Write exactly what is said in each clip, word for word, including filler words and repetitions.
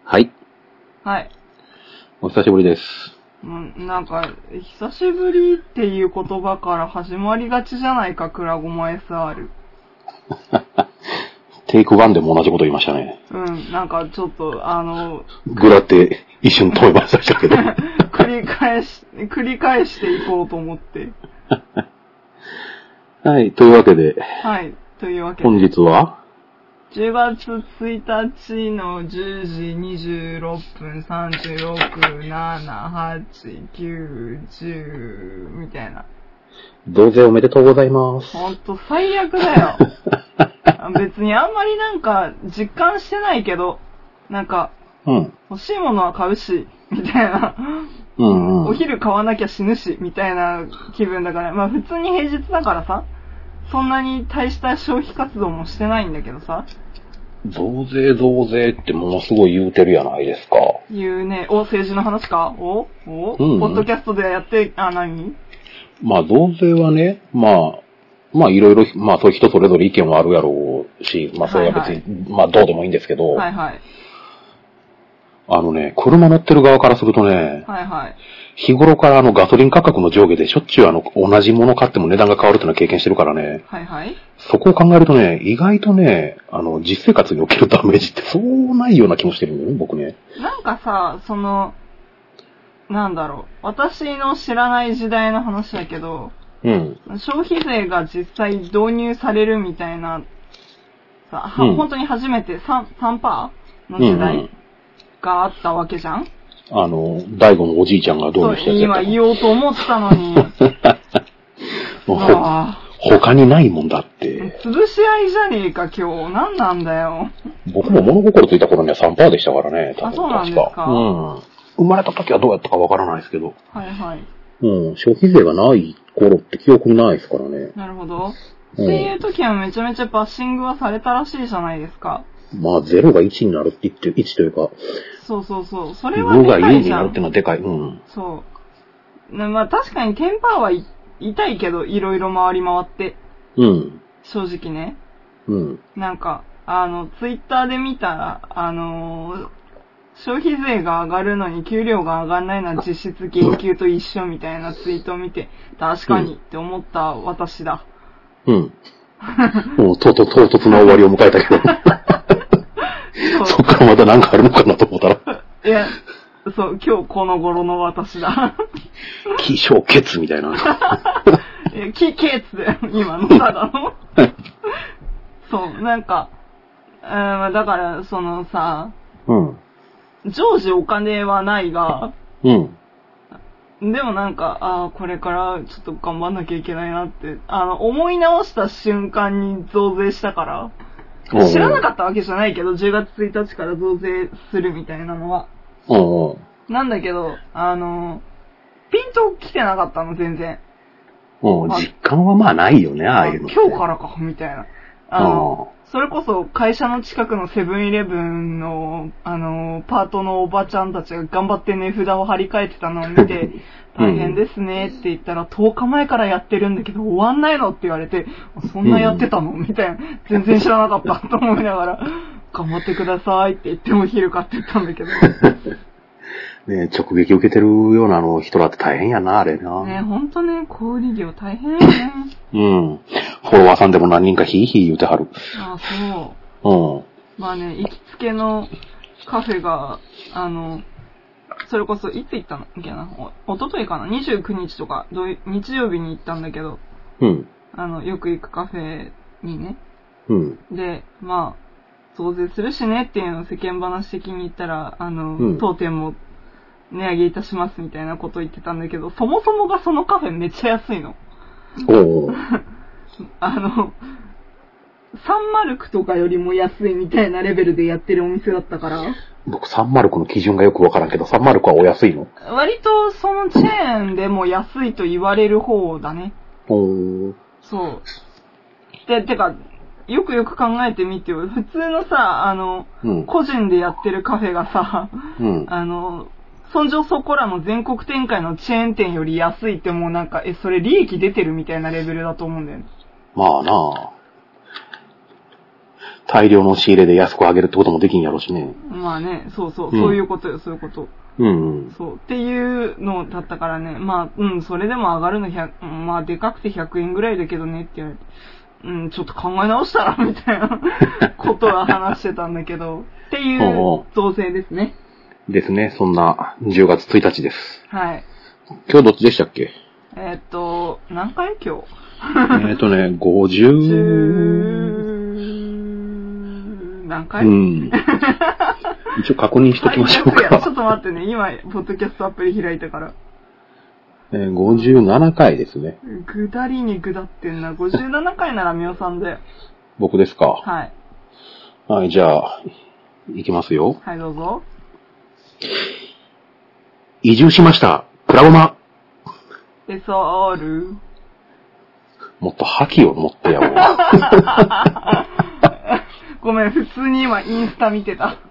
はい。 はい。 お久しぶりです。 うん、なんか、久しぶりっていう言葉から始まりがちじゃないか、クラゴマ エスアール。 テイクワンでも同じこと言いましたね。 うん、なんかちょっと、あの、 ぐらって一瞬止めましたけど。 繰り返し、繰り返していこうと思って。 はい、というわけで。 はい、というわけで。 本日はじゅうがつついたちのじゅうじにじゅうろっぷんさんじゅうろく、なな、はち、きゅう、じゅうみたいな。 同棲おめでとうございます。 ほんと最悪だよ。別にあんまりなんか実感してないけど、なんか、 うん、 欲しいものは買うし、みたいな。 うんうん、 お昼買わなきゃ死ぬし、みたいな気分だから、まあ普通に平日だからさ、そんなに大した消費活動もしてないんだけどさ。 増税増税ってものすごい言うてるやないですか。 言うね。お、政治の話かおお、 うん、 ポッドキャストでやって、あ、何まあ増税はね、まあ、まあいろいろ、まあそういう人それぞれ意見はあるやろうし、まあそれは別に、はいはい、まあどうでもいいんですけど、 はいはい。 あのね、車乗ってる側からするとね、 はいはい。 日頃からあのガソリン価格の上下でしょっちゅうあの同じもの買っても値段が変わるっていうのは経験してるからね。 はいはい。 そこを考えるとね、意外とね、あの、実生活におけるダメージってそうないような気もしてるんだよね、僕ね。 なんかさ、その、なんだろう。私の知らない時代の話だけど、 うん。 消費税が実際導入されるみたいな、さ、うん、本当に初めて さんパーセント の時代があったわけじゃん、 うんうん、あの、大悟のおじいちゃんが導入したやつやったの。 今言おうと思ったのに。 あ他にないもんだって。 潰し合いじゃねえか今日。何なんだよ。 僕も物心ついた頃には さんパーセント でしたからね。多分あ、そうなんですか。 うん。生まれた時はどうやったかわからないですけど。 はいはい。 うん。消費税がない頃って記憶にないですからね。 なるほど。っていう時はめちゃめちゃバッシングはされたらしいじゃないですか。 まあ、ゼロがいちになるって言って、いちというか。 そうそうそう。それはでかいじゃん。ごがいちになるってのはでかい。うん。 そう。まあ確かにテンパーは痛いけど、いろいろ回り回って。 うん。 正直ね。 うん。 なんか、あの、ツイッターで見たら、あのー、消費税が上がるのに給料が上がらないのは実質減給と一緒みたいなツイートを見て、確かにって思った私だ。 うん。もう、とうとう唐突な終わりを迎えたけど。そ, そっからまた何かあるのかなと思ったら。 いや、そう、今日この頃の私だ。 気象血みたいな。 気血で、今のただの。そう、なんか、えー、だから、そのさ、 うん。 常時お金はないが、 うん。 でもなんか、ああ、これからちょっと頑張んなきゃいけないなって、あの、思い直した瞬間に増税したから、知らなかったわけじゃないけど、じゅうがつついたちから増税するみたいなのは。 うんうん。 なんだけど、あの、ピンと来てなかったの、全然。 うん、実感はまあないよね、ああいうの。 今日からか、みたいな。あの、それこそ会社の近くのセブンイレブンの、あの、パートのおばちゃんたちが頑張って値札を張り替えてたのを見て、大変ですねって言ったら、とおかまえからやってるんだけど終わんないのって言われて、そんなやってたのみたいな。全然知らなかったと思いながら、頑張ってくださいって言ってお昼買って言ったんだけど。 ねえ、直撃受けてるようなあの人らって大変やな、あれな。 ねえ、ほんとね、小売業大変やね。 うん。フォロワーさんでも何人かヒーヒー言うてはる。 ああ、そう。 うん。 まあね、行きつけのカフェが、あの、それこそ、いつ行ったのっけなお、おとといかな ?にじゅうくにちとか、どう日曜日に行ったんだけど、 うん。 あの、よく行くカフェにね。 うん。 で、まあ、増税するしねっていうのを世間話的に言ったら、あの、 うん、 当店も値上げいたしますみたいなことを言ってたんだけど、そもそもがそのカフェめっちゃ安いの。 おうあの、サンマルクとかよりも安いみたいなレベルでやってるお店だったから。 僕サンマルクの基準がよくわからんけど、サンマルクはお安いの？ 割とそのチェーンでも安いと言われる方だね。 おー。 そう。で、てか、よくよく考えてみてよ。普通のさ、あの、うん、個人でやってるカフェがさ、うん、あの、そんじょそこらの全国展開のチェーン店より安いってもうなんか、え、それ利益出てるみたいなレベルだと思うんだよね。 まあなあ。 大量の仕入れで安く上げるってこともできんやろしね。 まあね、そうそう、うん、そういうことよ、そういうこと。 うん、うん。 そう。っていうのだったからね、まあ、うん、それでも上がるのひゃく、まあ、でかくてひゃくえんぐらいだけどねって言われて、うん、ちょっと考え直したら、みたいなことは話してたんだけど、っていう造成ですね。 ですね、そんなじゅうがつついたちです。 はい。 今日どっちでしたっけ？ えー、っと、何回今日えっとね、ごじゅう、 何回？ うん。一応確認しときましょうか。 ちょっと待ってね、今、ポッドキャストアプリ開いたから。 えー、ごじゅうななかいですね。 ぐだりにぐだってんな。ごじゅうななかいならみおさんで。 僕ですか？ はい。 はい、じゃあ、いきますよ。 はい、どうぞ。 移住しました。プラゴマ。 エスアール。 もっと覇気を持ってやろう。 ごめん、普通に今インスタ見てた。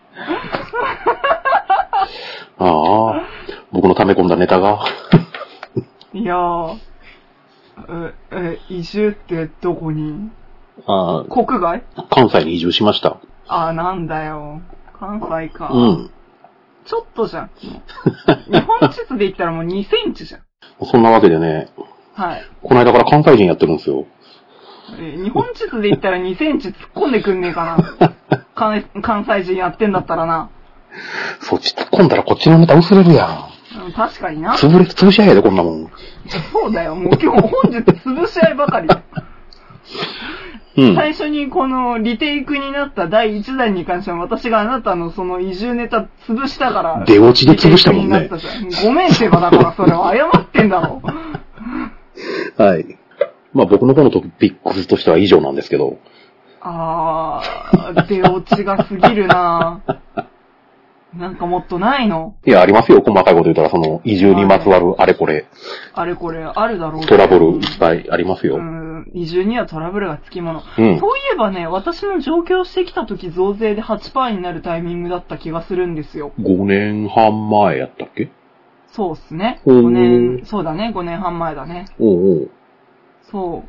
ああ、僕の溜め込んだネタが。 いやー、え、え、移住ってどこに？あ国外？ 関西に移住しました。 ああ、なんだよ。関西か。 うん。 ちょっとじゃん。日本地図で言ったらもうにセンチじゃん。 そんなわけでね。 はい。 この間から関西人やってるんですよ。 え日本地図で言ったらにセンチ突っ込んでくんねえかな。関, 関西人やってんだったらな。 そっち突っ込んだらこっちのネタ薄れるやん。 うん、確かにな。 潰れ、潰し合いやで、こんなもん。 そうだよ、もう今日本日潰し合いばかり。うん、最初にこのリテイクになっただいいちだんに関しては私があなたのその移住ネタ潰したから。 出落ちで潰したもんね。 ごめんってばだからそれは謝ってんだろ。 はい。まあ僕の方のトピックスとしては以上なんですけど。 あー、出落ちが過ぎるななんかもっとないの？ いや、ありますよ。細かいこと言ったら、その、移住にまつわるあれこれ。 あれこれ、あるだろう。 トラブルいっぱいありますよ。 うん、移住にはトラブルがつきもの。 うん、 そういえばね、私の上京してきた時増税で はちパーセント になるタイミングだった気がするんですよ。 ごねんはん前やったっけ？ そうっすね。ごねん、そうだね、ごねんはん前だね。 おうおう。 そう。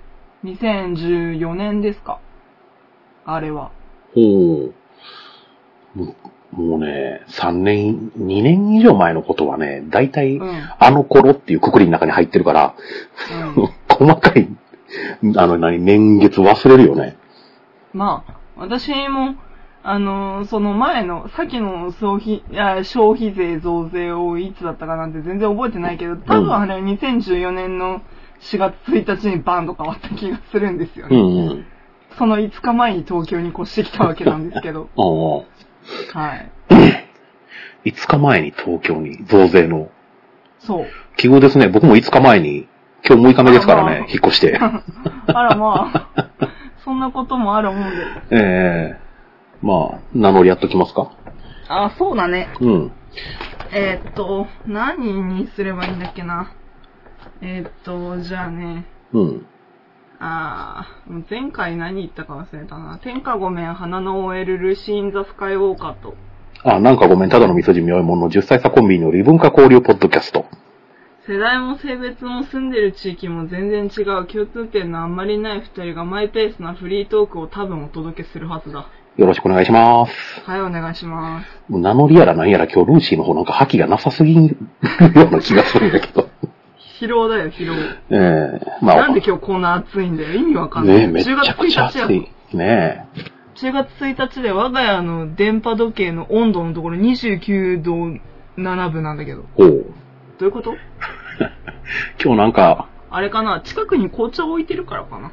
にせんじゅうよねんですか。あれは。 ほう。もうね、さんねん、にねん以上前のことはね、だいたいあの頃っていうくくりの中に入ってるから、うん、細かい、あの何、年月忘れるよね。 まあ、私も、あの、その前の、さっきの消費、消費税増税をいつだったかなんて全然覚えてないけど、多分あれはにせんじゅうよねんのしがつついたちにバンと変わった気がするんですよね。 うんうん、 そのいつかまえに東京に越してきたわけなんですけど。 おうおうはい。 いつかまえに東京に増税の。 そう。 奇遇ですね。僕もいつかまえに、今日むいかめですからね、まあ、引っ越して。 あらまあ、そんなこともあるもんで。 ええー、まあ、名乗りやっときますか？ あ、そうだね。 うん。 えー、っと、何にすればいいんだっけな。えー、っと、じゃあね。 うん。 あー、前回何言ったか忘れたな。天下ごめん、花の オーエル、ルシー・イン・ザ・スカイ・ウォーカーと。 あ、なんかごめん、ただの味噌汁妙いもんのじゅっさい差コンビによる異文化交流ポッドキャスト。 世代も性別も住んでる地域も全然違う共通点のあんまりない二人がマイペースなフリートークを多分お届けするはずだ。 よろしくお願いします。 はい、お願いします。 もう名乗りやら何やら今日ルーシーの方なんか覇気がなさすぎるような気がするんだけど。 疲労だよ、疲労。 ええー、まあ。 なんで今日こんな暑いんだよ。意味わかんない。 ねえ、めちゃくちゃ暑い。ねえ。 じゅうがつついたちで我が家の電波時計の温度のところにじゅうきゅうどななぶなんだけど。 おう。 どういうこと？ 今日なんか。 あれかな？近くに紅茶置いてるからかな。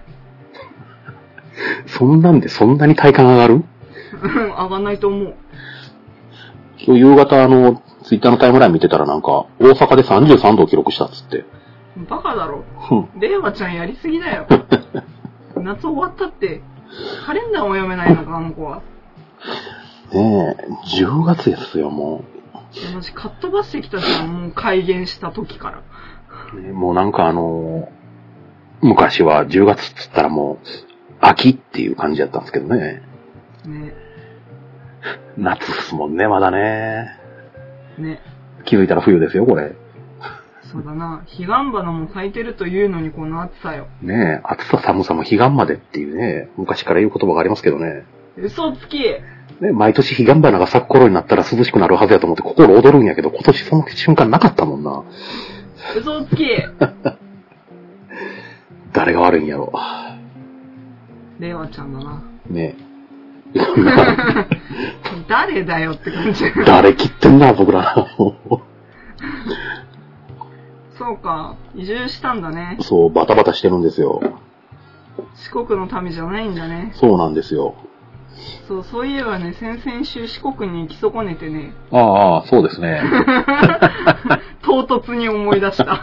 そんなんでそんなに体感上がる？ 上がんないと思う。 今日夕方あの、ツイッターのタイムライン見てたらなんか、大阪でさんじゅうさんどを記録したっつって。 バカだろ。令和ちゃんやりすぎだよ。夏終わったって、カレンダーも読めないのか、あの子は。 ねえ、じゅうがつですよ、もう。私、かっ飛ばしてきたじゃん、もう改元した時から。 ね、もうなんかあのー、昔はじゅうがつっつったらもう、秋っていう感じだったんですけどね。 ね。 夏っすもんね、まだね。 ね。 気づいたら冬ですよ、これ。 そうだな。彼岸花も咲いてるというのにこの暑さよ。 ねえ、暑さ寒さも彼岸までっていうね、昔から言う言葉がありますけどね。 嘘つき。 ね、毎年彼岸花が咲く頃になったら涼しくなるはずやと思って心躍るんやけど、今年その瞬間なかったもんな。 嘘つき。 誰が悪いんやろ。 レワちゃんだな。 ね誰だよって感じ。 誰切ってんな、僕ら。 そうか、移住したんだね。 そう、バタバタしてるんですよ。 四国の民じゃないんだね。 そうなんですよ。 そう、そういえばね、先々週四国に行き損ねてね。 ああ、そうですね。 唐突に思い出した。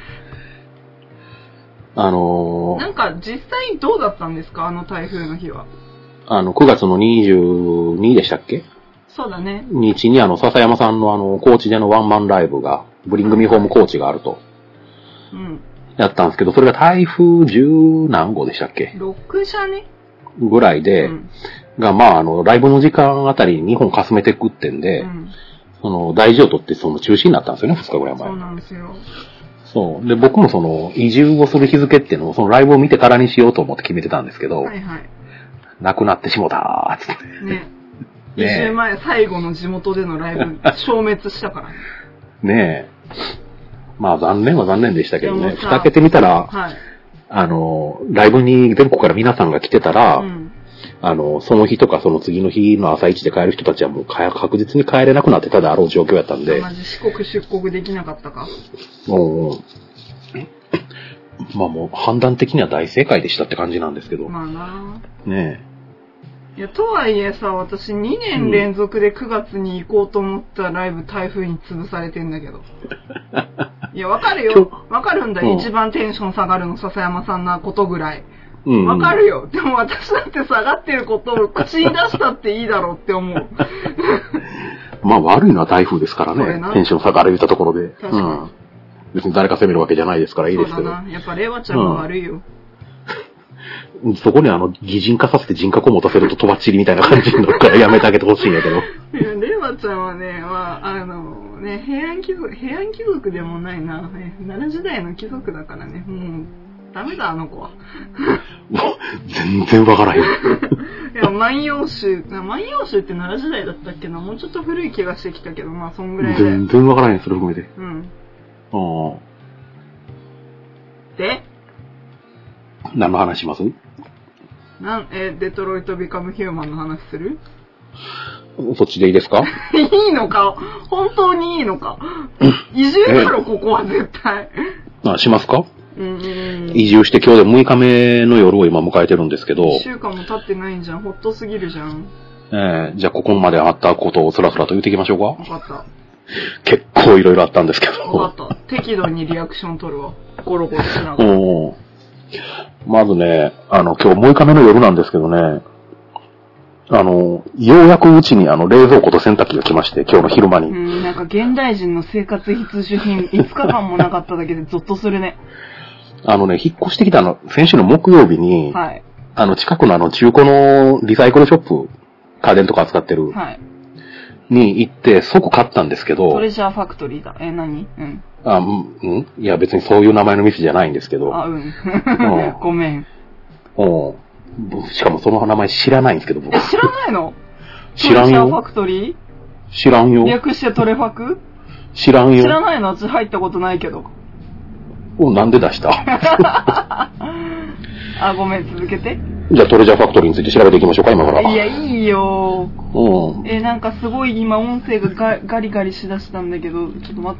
あのー、 なんか実際どうだったんですか、あの台風の日は。 あの、くがつのにじゅうにでしたっけ？ そうだね。 日にあの、笹山さんのあの、高知でのワンマンライブが、ブリングミホーム高知があると。 うん。 やったんですけど、それが台風十何号でしたっけ？ ろくじゃね？ ぐらいで、うん、が、まあ、あの、ライブの時間あたりににほんかすめてくってんで、うん、その、大事を取ってその中止になったんですよね、ふつかぐらい前。 そうなんですよ。 そう。で、僕もその、移住をする日付っていうのを、そのライブを見てからにしようと思って決めてたんですけど、はいはい。なくなってしもたーっつって。 ね。移住前最後の地元でのライブ消滅したからね。 ねえ。まあ残念は残念でしたけどね。蓋開けてみたら、はい、あの、ライブに全国から皆さんが来てたら、うん、あの、その日とかその次の日の朝一で帰る人たちはもう確実に帰れなくなってたであろう状況やったんで。 マジ四国出国できなかったか。 うんうん。まあもう判断的には大正解でしたって感じなんですけど。 まあなねえ。いや、とはいえさ、私にねん連続でくがつに行こうと思ったライブ台風に潰されてんだけど。いや、わかるよ。わかるんだよ、うん。一番テンション下がるの笹山さんなことぐらい。わ、うん、かるよ。でも私だって下がってることを口に出したっていいだろうって思う。 まあ悪いのは台風ですからね。テンション下がる言ったところで。確かに。うん、別に誰か責めるわけじゃないですからいいですけど。 そうだな。やっぱレワちゃんが悪いよ。 うん、そこにあの、擬人化させて人格を持たせるととばっちりみたいな感じになるからやめてあげてほしいんやけど。 いや、レワちゃんはね、まあ、あの、ね、平安貴族、平安貴族でもないな。奈良時代の貴族だからね、もう、ダメだ、あの子は。 全然わからへん。 いや、万葉集、万葉集って奈良時代だったっけな、もうちょっと古い気がしてきたけど、まあ、そんぐらいで。 全然わからへん、それ含めて。 うん。 ああ。 で何の話します？ なん、え、デトロイトビカムヒューマンの話する？ そっちでいいですか？ いいのか？本当にいいのか？移住だろ、ここは絶対。 あ、しますか？ うんうん、 移住して今日でむいかめの夜を今迎えてるんですけど。 いっしゅうかんも経ってないんじゃん。ほっとすぎるじゃん。 ええー、じゃあここまであったことをスラスラと言っていきましょうか。 わかった。 結構いろいろあったんですけど。 わかった。適度にリアクション取るわ。ゴロゴロしながら。 おまずね、あの、今日むいかめの夜なんですけどね、あの、ようやくうちにあの、冷蔵庫と洗濯機が来まして、今日の昼間に。 うん、なんか現代人の生活必需品、いつかかんもなかっただけでゾッとするね。 あのね、引っ越してきたの、先週の木曜日に、 はい。 あの、近くのあの、中古のリサイクルショップ、家電とか扱ってる。 はい。 に行って、即買ったんですけど。 トレジャーファクトリーだ。え、何？うん。 あ、うん、いや別にそういう名前の店じゃないんですけど。 あ、うん。ごめん。 おしかもその名前知らないんですけど、僕。 え、知らないの？ 知らんよ。 トレジャーファクトリー？ 知らんよ。 略してトレファク？ 知らんよ。 知らないの？私入ったことないけど。 お、なんで出したあ、ごめん、続けて。 じゃあトレジャーファクトリーについて調べていきましょうか、今から。 いや、いいよ。 うん。 え、なんかすごい今音声が ガ, ガリガリしだしたんだけど、ちょっと待って。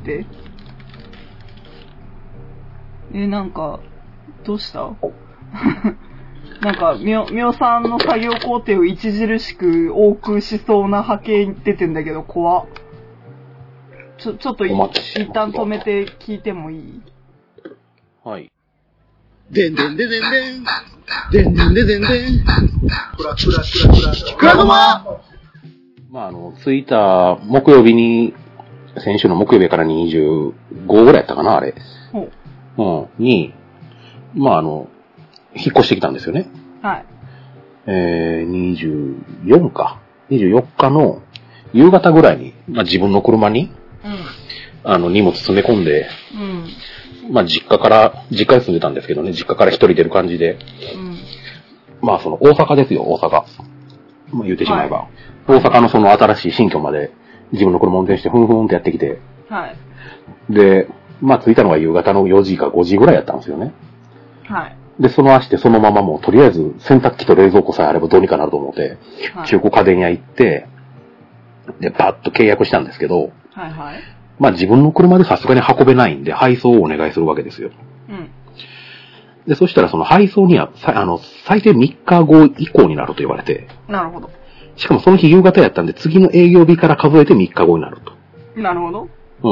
え、なんか、どうしたなんか、みょ、みょさんの作業工程を著しく多くしそうな波形出てんだけど、怖っ。ちょ、ちょっとい一旦止めて聞いてもいい？ はい。 でんでんででんでん。でんでんででんでん。クラクラクラクラ。クラゴマ！ まあ、あの、着いた木曜日に、先週の木曜日からにじゅうごぐらいやったかな、あれ。うん。に、まあ、あの、引っ越してきたんですよね。 はい。 えー、にじゅうよっか。にじゅうよっかの夕方ぐらいに、まあ、自分の車に、 うん、 あの、荷物詰め込んで、 うん、 まあ、実家から、実家に住んでたんですけどね、実家から一人出る感じで、 うん、 まあ、その、大阪ですよ、大阪。 まあ言ってしまえば。はい、大阪のその新しい新居まで自分の車運転してふんふんってやってきて。 はい。 で、まあ着いたのが夕方のよじかごじぐらいやったんですよね。 はい。 で、その足でそのままもうとりあえず洗濯機と冷蔵庫さえあればどうにかなると思って、はい、中古家電屋行って、で、パッと契約したんですけど、 はいはい。 まあ自分の車でさすがに運べないんで配送をお願いするわけですよ。 うん。 で、そしたらその配送には、あの、最低みっかご以降になると言われて。 なるほど。 しかもその日夕方やったんで次の営業日から数えてみっかごになると。 なるほど。 うん。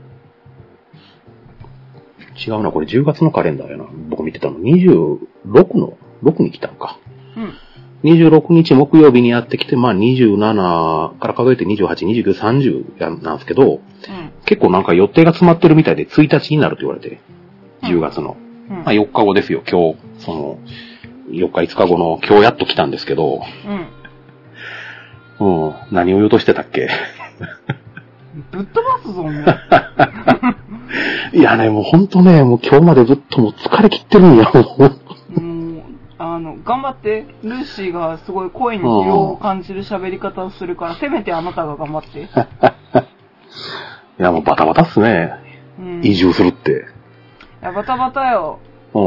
違うな、これじゅうがつのカレンダーやな。僕見てたの。にじゅうろくの、ろくに来たのか。 うん。 にじゅうろくにち木曜日にやってきて、まあにじゅうななから数えてにじゅうはち、にじゅうきゅう、さんじゅうなんですけど、うん、結構なんか予定が詰まってるみたいでついたちになると言われて、じゅうがつの。うん、まあよっかごですよ、今日、その、よっかいつかごの今日やっと来たんですけど、うん。うん、何を言おうとしてたっけぶっ飛ばすぞ、もう。 いやね、もうほんとね、もう今日までずっともう疲れ切ってるんや、もう。 もう、あの、頑張って。ルーシーがすごい声に疲労を感じる喋り方をするから、せめてあなたが頑張って。いや、もうバタバタっすね。うん、移住するって。 いや、バタバタよ。 うん。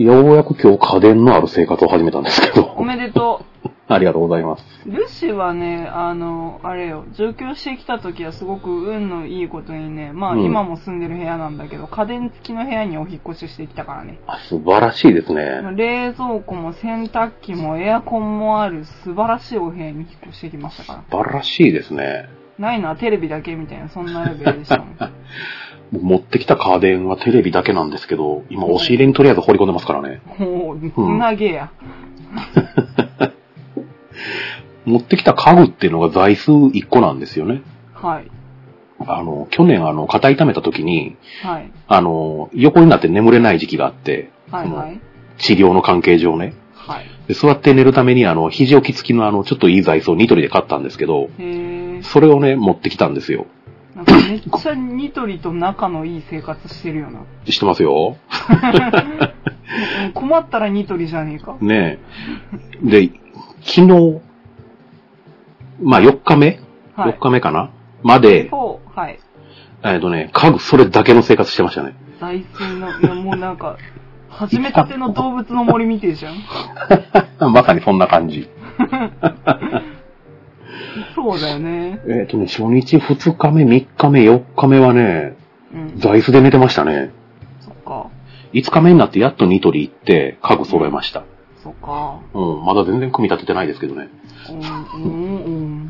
ようやく今日家電のある生活を始めたんですけど。 おめでとう。 ありがとうございます。 ルシはね、あの、あれよ、上京してきた時はすごく運のいいことにね、まあ、うん、今も住んでる部屋なんだけど、家電付きの部屋にお引っ越ししてきたからね。 あ、素晴らしいですね。 冷蔵庫も洗濯機もエアコンもある素晴らしいお部屋に引っ越してきましたから。 素晴らしいですね。 ないのはテレビだけみたいな、そんなレベルでしたもん。 持ってきた家電はテレビだけなんですけど、今押し入れにとりあえず放り込んでますからね。 ほう、つなげや。 持ってきた家具っていうのが座椅子いっこなんですよね。 はい。 あの、去年あの、肩痛めた時に、 はい。 あの、横になって眠れない時期があって、 はいはい。 治療の関係上ね。 はい。 で、座って寝るためにあの、肘置き付きのあの、ちょっといい座椅子をニトリで買ったんですけど、 へー。 それをね、持ってきたんですよ。 なんかめっちゃニトリと仲のいい生活してるよな。 してますよ。 困ったらニトリじゃねえか。 ねえ。で、昨日、まあよっかめ、はい、よっかめかなまで、 そう、はい。 えっとね、家具それだけの生活してましたね。 大水の、いやもうなんか、始めたての動物の森見てるじゃん。まさにそんな感じ。 そうだよね。 えっとね、初日、ふつかめ、みっかめ、よっかめはね、うん、座椅子で寝てましたね。 そっか。 いつかめになってやっとニトリ行って家具揃えました。うん、 そっか。 うん、まだ全然組み立ててないですけどね。 うんうんうん、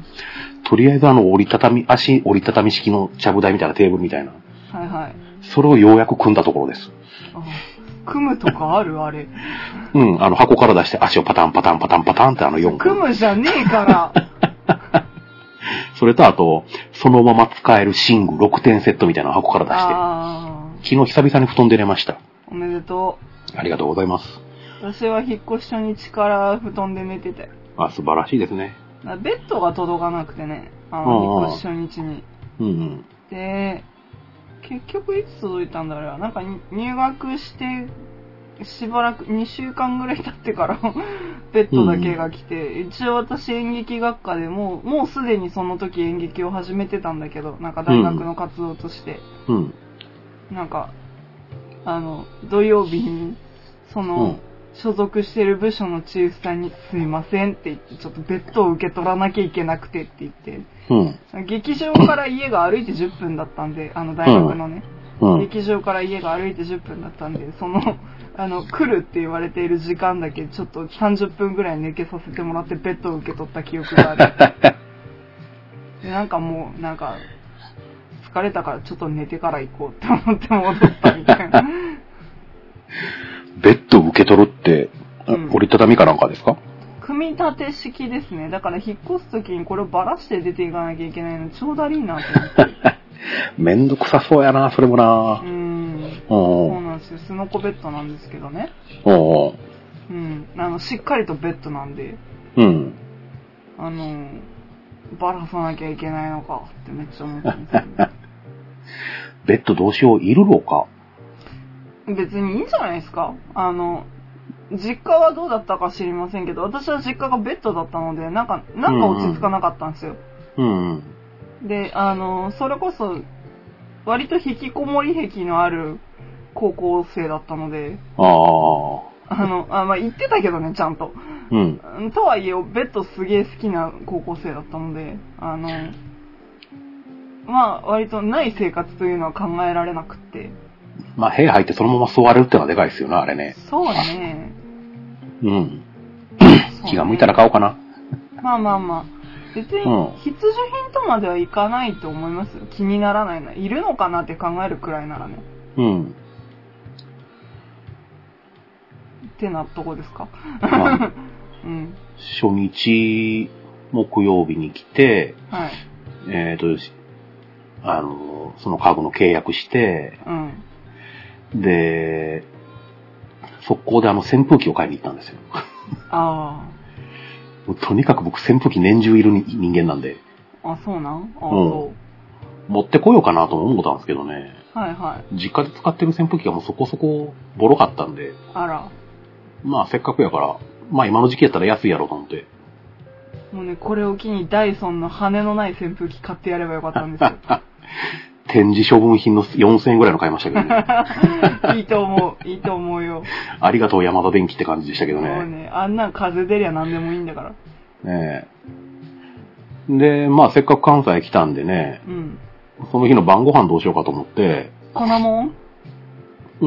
とりあえずあの折りたたみ、足折りたたみ式のちゃぶ台みたいなテーブルみたいな。 はいはい。 それをようやく組んだところです。 あ、組むとかあるあれ。 うん、あの箱から出して足をパタンパタンパタンパタンってあのよんこ。 組むじゃねえから。 それとあと、そのまま使える寝具ろくてんセットみたいなの箱から出して。 あ、 昨日久々に布団で寝ました。 おめでとう。ありがとうございます。 私は引っ越し初日から布団で寝てて。 あ、素晴らしいですね。 ベッドが届かなくてね、あの、引っ越し初日に。 うんうん。 で、結局いつ届いたんだろう。なんか入学して、しばらくにしゅうかんぐらい経ってからベッドだけが来て、うん、一応私演劇学科でもう、もうすでにその時演劇を始めてたんだけど、なんか大学の活動として。 うん。 なんか、あの、土曜日に、その、うん、所属してる部署のチーフさんにすいませんって言って、ちょっとベッドを受け取らなきゃいけなくてって言って、 うん、 劇場から家が歩いてじゅっぷんだったんで、あの大学のね、うん、劇場から家が歩いてじゅっぷんだったんで、その、あの、来るって言われている時間だけちょっとさんじゅっぷんぐらい寝けさせてもらってベッドを受け取った記憶がある。でなんかもう、なんか、疲れたからちょっと寝てから行こうって思って戻ったみたいな。 ベッド受け取るって、うん、折りたたみかなんかですか？ 組み立て式ですね。だから引っ越すときにこれをバラして出ていかなきゃいけないのちょうどいいなと思って。 めんどくさそうやな、それもな。 うん。そうなんですよ。スノコベッドなんですけどね。 おう。 うん。あの、しっかりとベッドなんで。 うん。 あの、バラさなきゃいけないのかってめっちゃ思ってるんですよね。 ベッドどうしよう、いるのか。 別にいいんじゃないですか。あの、 実家はどうだったか知りませんけど、私は実家がベッドだったので、なんか、なんか落ち着かなかったんですよ。 うんうん。 で、あの、それこそ、割と引きこもり癖のある高校生だったので、 ああ。 あの、あまあ、言ってたけどね、ちゃんと。 うん。 とはいえ、ベッドすげえ好きな高校生だったので、あの、まあ、割とない生活というのは考えられなくって。 まあ、部屋入ってそのまま座れるってのはでかいですよな、あれね。 そうね。 うん。気が向いたら買おうかな。 まあまあまあ。別に必需品とまではいかないと思いますよ。気にならないな。いるのかなって考えるくらいならね。 うん。 ってなとこですか。 まあ、 うん。 初日、木曜日に来て、 はい。 えっと、あの、その家具の契約して、 うん。 で、速攻であの扇風機を買いに行ったんですよ。 ああ。とにかく僕扇風機年中いる人間なんで。 あ、そうなん？ああ、 うん、 そう。 持ってこようかなとも思ったんですけどね。 はいはい。 実家で使ってる扇風機がもうそこそこボロかったんで。 あら。 まあせっかくやから、まあ今の時期やったら安いやろうと思って。 もうね、これを機にダイソンの羽のない扇風機買ってやればよかったんですよ。 展示処分品のよんせんえんぐらいの買いましたけどね。いいと思う。いいと思うよ。 ありがとう山田電機って感じでしたけどね。 もうね、あんなん風出りゃ何でもいいんだから。 ねえ。で、まあせっかく関西来たんでね、うん、その日の晩ご飯どうしようかと思って、 粉もん？ うん。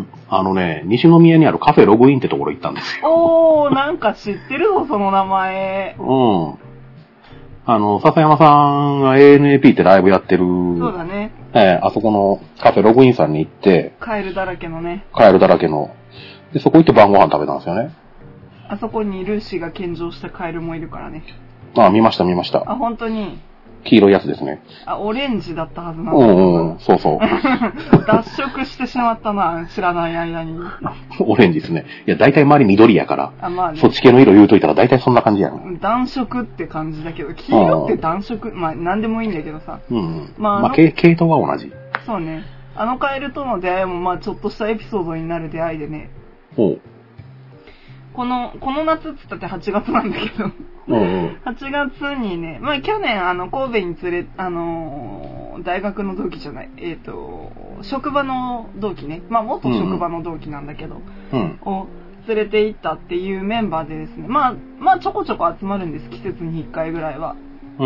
あのね、西宮にあるカフェログインってところ行ったんですよ。 おー、なんか知ってるぞ、その名前。 うん。あの、笹山さんが エーエヌエーピー ってライブやってる。 そうだね。 えー、あそこのカフェログインさんに行って。 カエルだらけのね。 カエルだらけの。で、そこ行って晩ご飯食べたんですよね。 あそこにルーシーが献上したカエルもいるからね。 ああ、見ました見ました。 あ、本当に。 黄色いやつですね。 あ、オレンジだったはずなんだ。 うんうん、そうそう。 脱色してしまったな、知らない間に。 オレンジですね。いや、大体周り緑やから。 あ、まあね。 そっち系の色言うといたら大体そんな感じやん。 暖色って感じだけど、黄色って暖色、まあなんでもいいんだけどさ。 うん。まあ、まあ、系統は同じ。 そうね。あのカエルとの出会いもまあちょっとしたエピソードになる出会いでね。 ほう。 この、この夏っつったってはちがつなんだけど。 うんうん、 はちがつにね、まあ去年あの神戸に連れ、あのー、大学の同期じゃない、えっ、ー、と、職場の同期ね、まあ元職場の同期なんだけど、 うん、 を連れて行ったっていうメンバーでですね、まあ、まあちょこちょこ集まるんです、季節にいっかいぐらいは。 うん、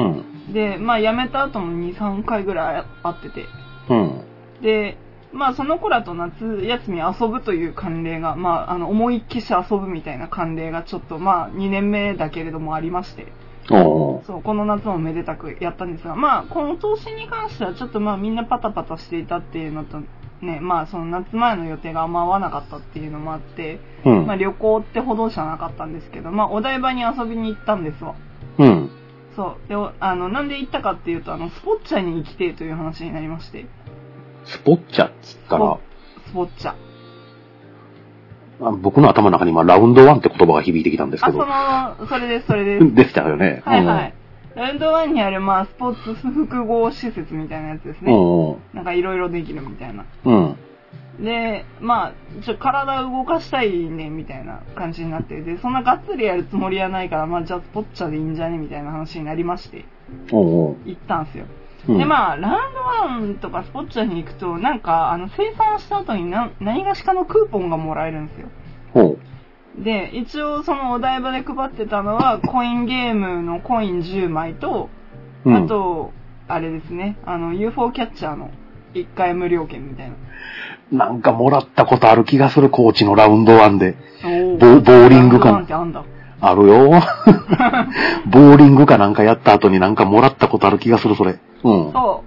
で、まあ辞めた後もに、さんかいぐらい会ってて。 うん、 で、まあその子らと夏休み遊ぶという慣例が、まああの思いっきし遊ぶみたいな慣例がちょっとまあにねんめだけれどもありまして、 おそう、この夏もめでたくやったんですが、まあこの投資に関してはちょっとまあみんなパタパタしていたっていうのと、ね、まあその夏前の予定があんま合わなかったっていうのもあって、うん、まあ旅行ってほどじゃなかったんですけど、まあお台場に遊びに行ったんですわ。 うん。 そう。で、あの、なんで行ったかっていうと、あの、スポッチャに行きてえという話になりまして。 スポッチャっつったらスポッチャ。 あ僕の頭の中に今、ラウンドワンって言葉が響いてきたんですけど。 あ、その、それです、それです。 でしたよね。 はいはい。うん、ラウンドワンにある、まあ、スポーツ複合施設みたいなやつですね。うん、なんかいろいろできるみたいな。 うん。 で、まあ、ちょ、体を動かしたいね、みたいな感じになって、で、そんながっつりやるつもりはないから、まあ、じゃあスポッチャでいいんじゃねみたいな話になりまして。 おうおう行ったんですよ。 うん、 で、まあ、ラウンドワンとかスポッチャに行くと、なんか、あの、生産した後にな何がしかのクーポンがもらえるんですよ。 ほう。で、一応そのお台場で配ってたのは、コインゲームのコインじゅうまいと、うん、あと、あれですね、あの、ユーフォー キャッチャーのいっかい無料券みたいな。 なんかもらったことある気がする、コーチのラウンドワンで。ボ, ボーリングか。ラウンドワンってあんだ。あるよ。ボーリングかなんかやった後になんかもらったことある気がする、それ。うん。 そう。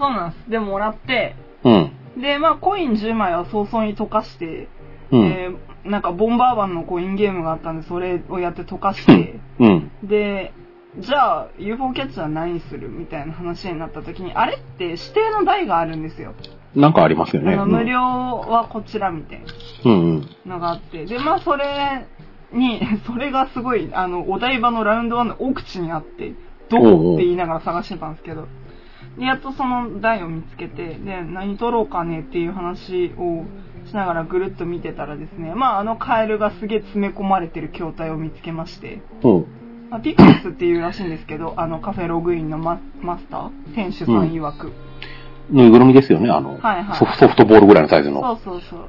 そうなんです。で、もらって、 うん。 で、まあ、コインじゅうまいは早々に溶かして、 うん。 えー、なんか、ボンバーバンのコインゲームがあったんで、それをやって溶かして、 うん。 で、じゃあ、ユーフォー キャッチャー何するみたいな話になった時に、あれって指定の台があるんですよ。 なんかありますよね。 あの、無料はこちらみたいなのがあって、で、まあ、それに、それがすごい、あの、お台場のラウンドワンの奥地にあって、どこって言いながら探してたんですけど、でやっとその台を見つけて、で、何取ろうかねっていう話をしながらぐるっと見てたらですね、まああのカエルがすげえ詰め込まれてる筐体を見つけまして、 うん。 まあ、ピクルスっていうらしいんですけど、あのカフェログインの マ, マスター店主さん曰く、 うん、ぬいぐるみですよね、あの、 はいはい、 ソフ、ソフトボールぐらいのサイズの。 そうそうそう。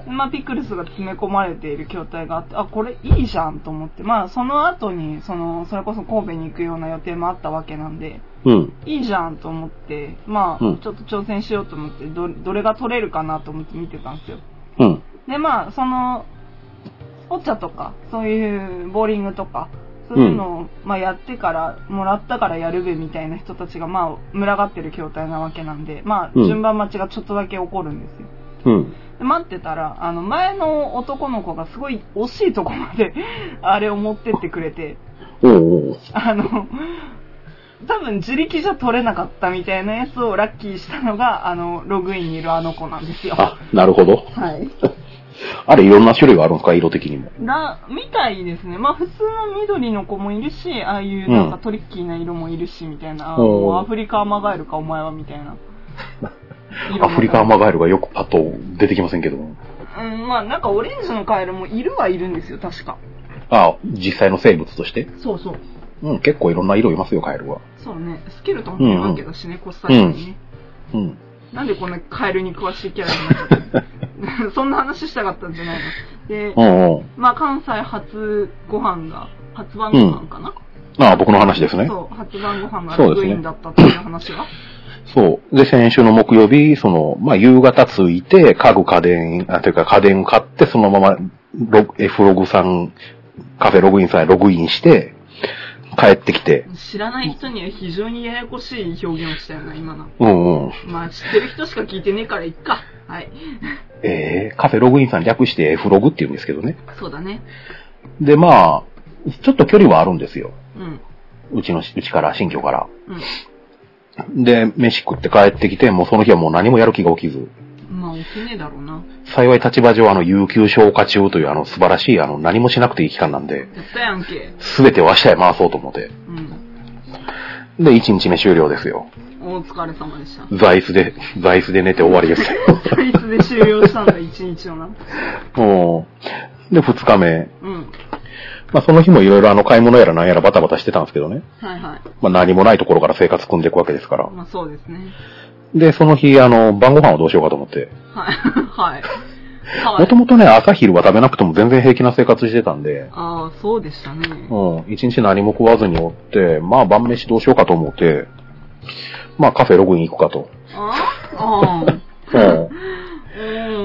うん。まあピクルスが詰め込まれている筐体があって、あ、これいいじゃんと思って、まあその後にそのそれこそ神戸に行くような予定もあったわけなんで、 うん。 いいじゃんと思って、まあ、うん、ちょっと挑戦しようと思ってど、どれが取れるかなと思って見てたんですよ。 うん。 でまあそのお茶とかそういうボーリングとか。そういうのを、まあ、やってから、もらったからやるべみたいな人たちが、まあ、群がってる筐体なわけなんで、まあ、順番待ちがちょっとだけ起こるんですよ。 うん。 で待ってたら、あの、前の男の子がすごい惜しいとこまで、あれを持ってってくれて、 おうおうあの、多分自力じゃ取れなかったみたいなやつをラッキーしたのが、あの、ログインにいるあの子なんですよ。 あ、なるほど。 はい。 あれいろんな種類があるんですか、色的にも。 な、みたいですね。まあ普通の緑の子もいるし、ああいうなんかトリッキーな色もいるし、みたいな。うん、もうアフリカアマガエルかお前は、みたいな。 アフリカアマガエルがよくパッと出てきませんけども。 うん、まあなんかオレンジのカエルもいるはいるんですよ、確か。 ああ、実際の生物として？ そうそう。 うん、結構いろんな色いますよ、カエルは。 そうね。スケルトンもいるわけだしね、コスタリカにね。 うん。うん。 なんでこんなカエルに詳しいキャラになっちゃったそんな話したかったんじゃないので、 うんうん、 まあ関西初ご飯が、初晩ご飯かな、 うん、ああ、僕の話ですね。 そう、初晩ご飯がログインだったっていう話が。 そう。で、先週の木曜日、その、まあ、夕方着いて、家具家電、あ、というか家電買って、そのまま、ロ F ログさん、カフェログインさんへログインして、帰ってきて。 知らない人には非常にややこしい表現をしたよな、今の。 うんうん。 まあ、知ってる人しか聞いてねえからいっか。はい。 えー、カフェログインさん略して F ログって言うんですけどね。 そうだね。 で、まあ、ちょっと距離はあるんですよ。 うん。 うちの、うちから、新居から。 うん。 で、飯食って帰ってきて、もうその日はもう何もやる気が起きず。 まあ、起きねえだろうな。 幸い立場上、あの、有給消化中というあの、素晴らしい、あの、何もしなくていい期間なんで。 やったやんけ。 すべてを明日へ回そうと思って。うん。で、一日目終了ですよ。 お疲れ様でした。 座椅子で、座椅子で寝て終わりですよ。 座椅子で終了したんだ、一日をな。 おで、二日目。 うん。 まあ、その日もいろいろあの、買い物やら何やらバタバタしてたんですけどね。 はいはい。 まあ、何もないところから生活組んでいくわけですから。 まあ、そうですね。 で、その日、あの、晩ご飯をどうしようかと思って。 はい。はい。 もともとね、朝昼は食べなくても全然平気な生活してたんで。 ああ、そうでしたね。 うん。一日何も食わずにおって、まあ晩飯どうしようかと思って、まあカフェログイン行くかと。 ああ、うん。うん。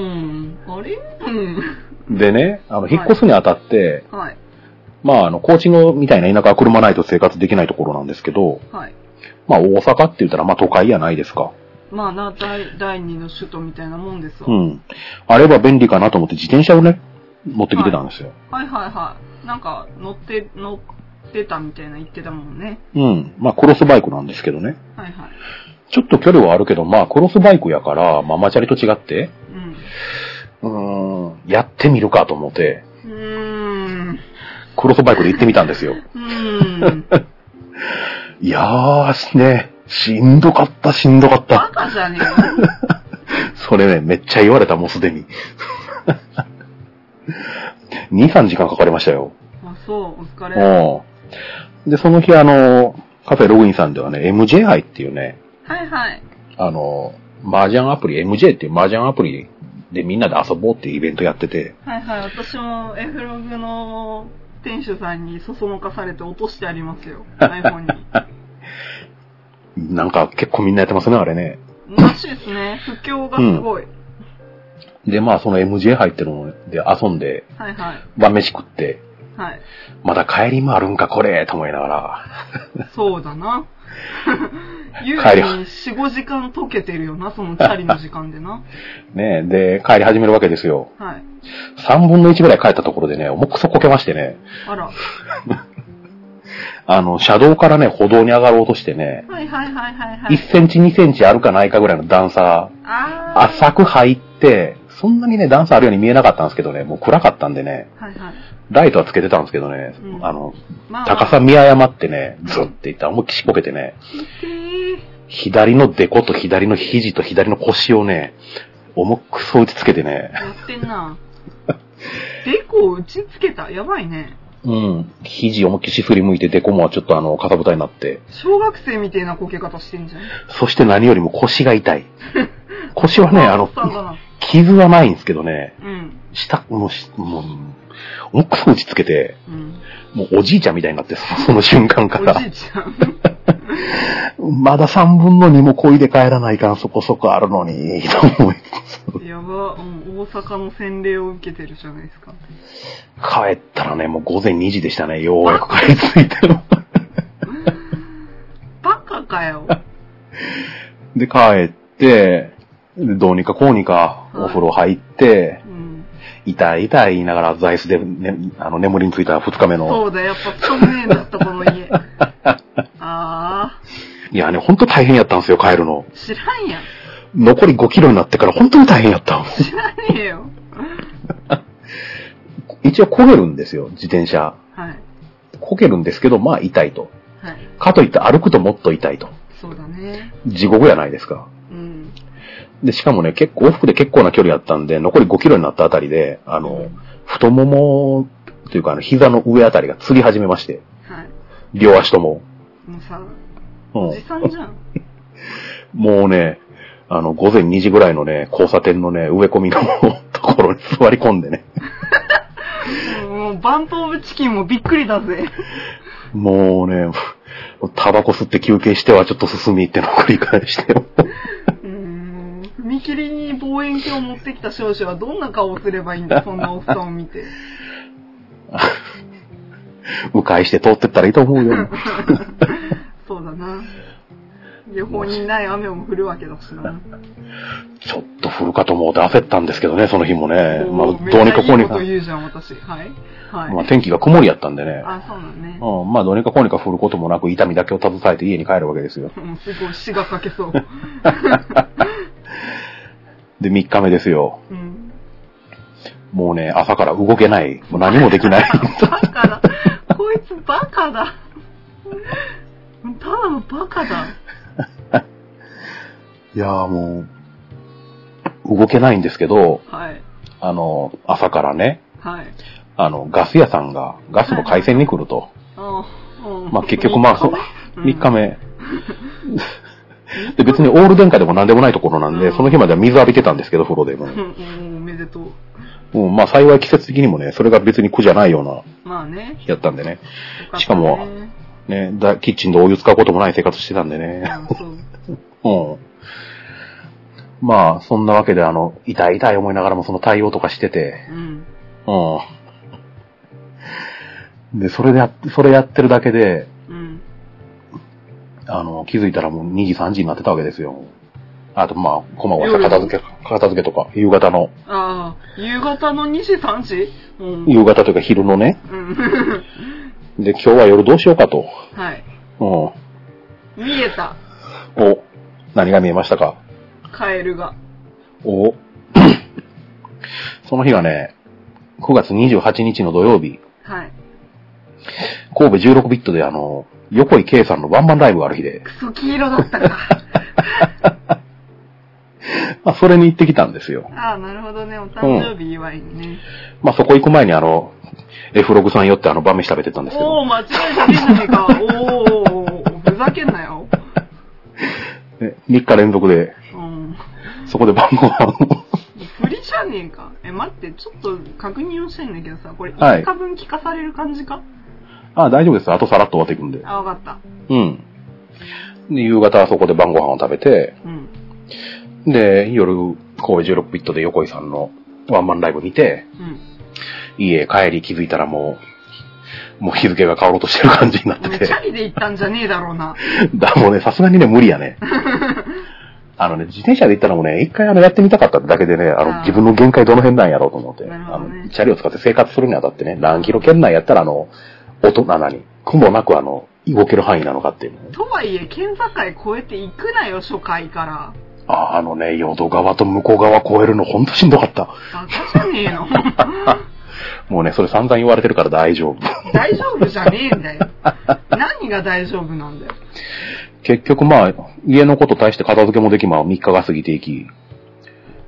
あれうん。 でね、あの、引っ越すにあたって、 はい。 まああの、高知のみたいな田舎は車ないと生活できないところなんですけど、 はい。 まあ大阪って言ったらまあ都会やないですか。 まあな、第、第二の首都みたいなもんですわ。 うん。あれば便利かなと思って自転車をね、持ってきてたんですよ。 はい、はい、はいはい。なんか、乗って、乗ってたみたいな言ってたもんね。 うん。まあクロスバイクなんですけどね。 はいはい。 ちょっと距離はあるけど、まあクロスバイクやから、ママチャリと違って、うん。うーん、やってみるかと思って、 うーん。 クロスバイクで行ってみたんですよ。 うーん。 いやー、ね、しんどかった、しんどかった。 バカじゃねえよ。 それね、めっちゃ言われた、もうすでに。に、さんじかんかかりましたよ。 あ、そう、お疲れ。 うん。で、その日あの、カフェログインさんではね、エムジェー 杯っていうね、 はいはい。 あの、麻雀アプリ、エムジェー っていう麻雀アプリでみんなで遊ぼうっていうイベントやってて。 はいはい、私も F ログの店主さんにそそのかされて落としてありますよ、iPhone に。 なんか結構みんなやってますね、あれね。 らしいですね。不況がすごい。 うん、で、まあその エムジェー 杯ってので遊んで、 はいはい。 晩飯食って、 はい。 まだ帰りもあるんかこれ、と思いながら。 そうだな。優によん、ごじかん溶けてるよな、そのチャリの時間でな。 ねえ、で、帰り始めるわけですよ。 はい。 さんぶんのいちぐらい帰ったところでね、重くそこけましてね。 あら。 あの、車道からね、歩道に上がろうとしてね。 はいはいはいはいはい。 いっセンチにセンチあるかないかぐらいの段差。 ああ。浅く入って、そんなにね、段差あるように見えなかったんですけどね、もう暗かったんでね。 はいはい。 ライトはつけてたんですけどね、うん、あの、まあまあ、高さ見誤ってね、ズッっていったら思いっきしこけてね、左のデコと左の肘と左の腰をね、 重くそ打ちつけてね。 やってんな。デコを打ちつけた。やばいね。 うん。肘思いっきり振り向いて、デコもちょっとあの、かさぶたになって。 小学生みたいなこけ方してんじゃん。 そして何よりも腰が痛い。腰はね、あの、傷はないんですけどね。うん。下、もう、もう、重くそ打ちつけて、うん、もうおじいちゃんみたいになって、その瞬間から。おじいちゃんまださんぶんのにも漕いで帰らないかん、そこそこあるのに、と思います。 やば、うん、大阪の洗礼を受けてるじゃないですか。 帰ったらね、もう午前にじでしたね、ようやく帰り着いたの。 バカかよ。 で、帰って、どうにかこうにかお風呂入って、はい、うん、痛い痛い言いながら座椅子で、ね、あの眠りについたふつかめの。 そうだ、やっぱ超名だった、この家。ああ。 いやね、ほんと大変やったんですよ、帰るの。 知らんやん。 残りごキロになってからほんとに大変やった。 知らねえよ。 一応漕げるんですよ、自転車。 はい。 漕げるんですけど、まあ痛いと。 はい。 かといって歩くともっと痛いと。 そうだね。 地獄やないですか。うん。で、しかもね、結構、往復で結構な距離やったんで、残りごキロになったあたりで、あの、うん、太もも、というか、あの、膝の上あたりがつり始めまして。はい。両足とも。 もうさ、おじさんじゃん。 もうね、あの、午前にじぐらいのね、交差点のね、植え込みのところに座り込んでね。 もう、バンプオブチキンもびっくりだぜ。 もうね、タバコ吸って休憩してはちょっと進みってのを繰り返してよ。 うーん。踏切に望遠鏡を持ってきた少女はどんな顔をすればいいんだ、そんなおっさんを見て。 迂回して通ってったらいいと思うよ。 そうだな。予報にない雨も降るわけだしな。 ちょっと降るかと思うて焦ったんですけどね、その日もね。まあ、どうにかこうにか。いいこと言うじゃん、私。はい。はい。 まあ、天気が曇りやったんでね。 あ、そうなんね。 うん。まあ、どうにかこうにか降ることもなく、痛みだけを携えて家に帰るわけですよ。 うん、すごい、死がかけそう。 で、みっかめですよ。うん。もうね、朝から動けない。もう何もできない。 バカだ。こいつバカだ。ただのバカだ。 いやーもう、動けないんですけど、 はい。 あの、朝からね、 はい。 あの、ガス屋さんがガスの回線に来ると。 はい、 まあ結局まあ、みっかめ。で、別にオール電化でも何でもないところなんで、その日までは水浴びてたんですけど、風呂でも。 うん、おめでとう。 うん、まあ幸い季節的にもね、それが別に苦じゃないような、 まあね。 やったんでね。しかも、ね、だキッチンでお湯使うこともない生活してたんでね。うん。うん。まあ、そんなわけで、あの、痛い痛い思いながらもその対応とかしてて。うん。うん。で、それでや、それやってるだけで、うん。あの、気づいたらもうにじ、さんじになってたわけですよ。あと、まあ、こまごま片付け、片付けとか、夕方の。 ああ、夕方のにじ、さんじ？ うん。夕方というか昼のね。うん。で、今日は夜どうしようかと。 はい。 うん。 見えた。 お、何が見えましたか？ カエルが。 おその日がね、くがつにじゅうはちにちの土曜日。 はい。 神戸じゅうろくビットであの、横井圭さんのワンマンライブがある日で。 クソ黄色だったか。 まあ、それに行ってきたんですよ。 ああ、なるほどね。お誕生日祝いにね。うん、 まあ、そこ行く前にあの、F ログさん寄ってあの、晩飯食べてたんですけど。 おー、間違いじゃねえじゃねえか。おー、ふざけんなよ。 みっか連続で、うん、そこで晩ご飯を。 振りじゃねえか。え、待って、ちょっと確認をしたいんだけどさ、これいつかぶん聞かされる感じか？はい、 ああ、大丈夫です。あとさらっと終わっていくんで。 あ、わかった。 うん。で、夕方はそこで晩ご飯を食べて、うん、で、夜、神戸じゅうろくビットで横井さんのワンマンライブ見て、うん、家帰り気づいたらもう、もう日付が変わろうとしてる感じになってて。 チャリで行ったんじゃねえだろうな。 だ、もうね、さすがにね、無理やね。あのね、自転車で行ったのもね、一回あの、やってみたかっただけでね、あの、自分の限界どの辺なんやろうと思って、ね、あの、チャリを使って生活するにあたってね、何キロ圏内やったらあの、音、な、なに、苦もなくあの、動ける範囲なのかっていうね。 とはいえ、県境越えて行くなよ、初回から。 あ、あのね、淀川と向こう側越えるのほんとしんどかった。 バカじゃねえの。 もうね、それ散々言われてるから大丈夫。 大丈夫じゃねえんだよ。何が大丈夫なんだよ。 結局まあ、家のこと対して片付けもできまあみっかが過ぎていき、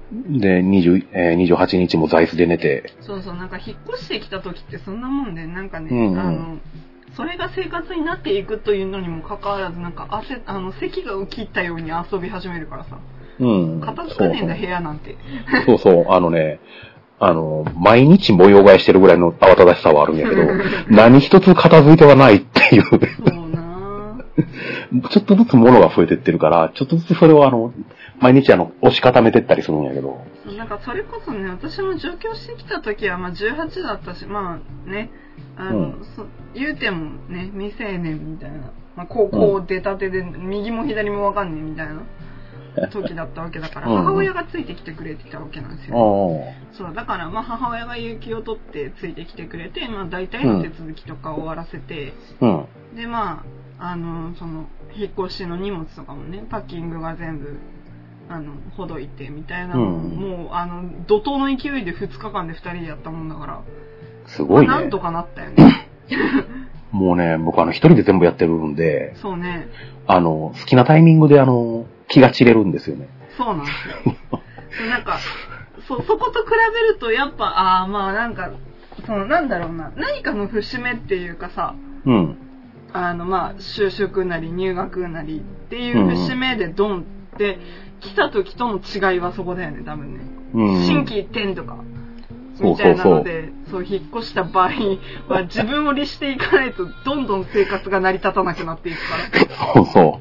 で、にじゅう、えー、にじゅうはちにちも座椅子で寝て。 そうそう、なんか引っ越してきた時ってそんなもんで、なんかね、 うんうん、 あの、それが生活になっていくというのにもかかわらず、なんか汗、あの、咳が浮きったように遊び始めるからさ。 うん。 片付かねえんだ、部屋なんて。 そうそう、あのね、あの、毎日模様替えしてるぐらいの慌ただしさはあるんやけど、何一つ片付いてはないっていう。 そうなぁ。 ちょっとずつ物が増えてってるから、ちょっとずつそれをあの、毎日あの、押し固めてったりするんやけど。 なんかそれこそね、私も上京してきた時はまあじゅうはちだったし、まあね、あの、うん、そ言うてもね、未成年みたいな、まあ高校出たてで、右も左もわかんねえみたいな。時だったわけだから、母親がついてきてくれてたわけなんですよ、ね、うん、そうだからまあ母親が有給を取ってついてきてくれて、まあ、大体の手続きとかを終わらせて、うん、でまああのその引っ越しの荷物とかもねパッキングが全部あのほどいてみたいなのを、うん、もうあの怒涛の勢いでふつかかんでふたりでやったもんだからすごいね、 まあ、なんとかなったよねもうね僕あの一人で全部やってるんでそうねあの好きなタイミングであの気が散れるんですよね。 そうなんですよ。なんか、そ、そこと比べると、やっぱ、ああ、まあなんか、その、なんだろうな、何かの節目っていうかさ、うん。あの、まあ、就職なり入学なりっていう節目でドンって来た時との違いはそこだよね、多分ね。うん。心機一転とか。みたいなので、そう、引っ越した場合は自分を律していかないと、どんどん生活が成り立たなくなっていくから。 そうそう。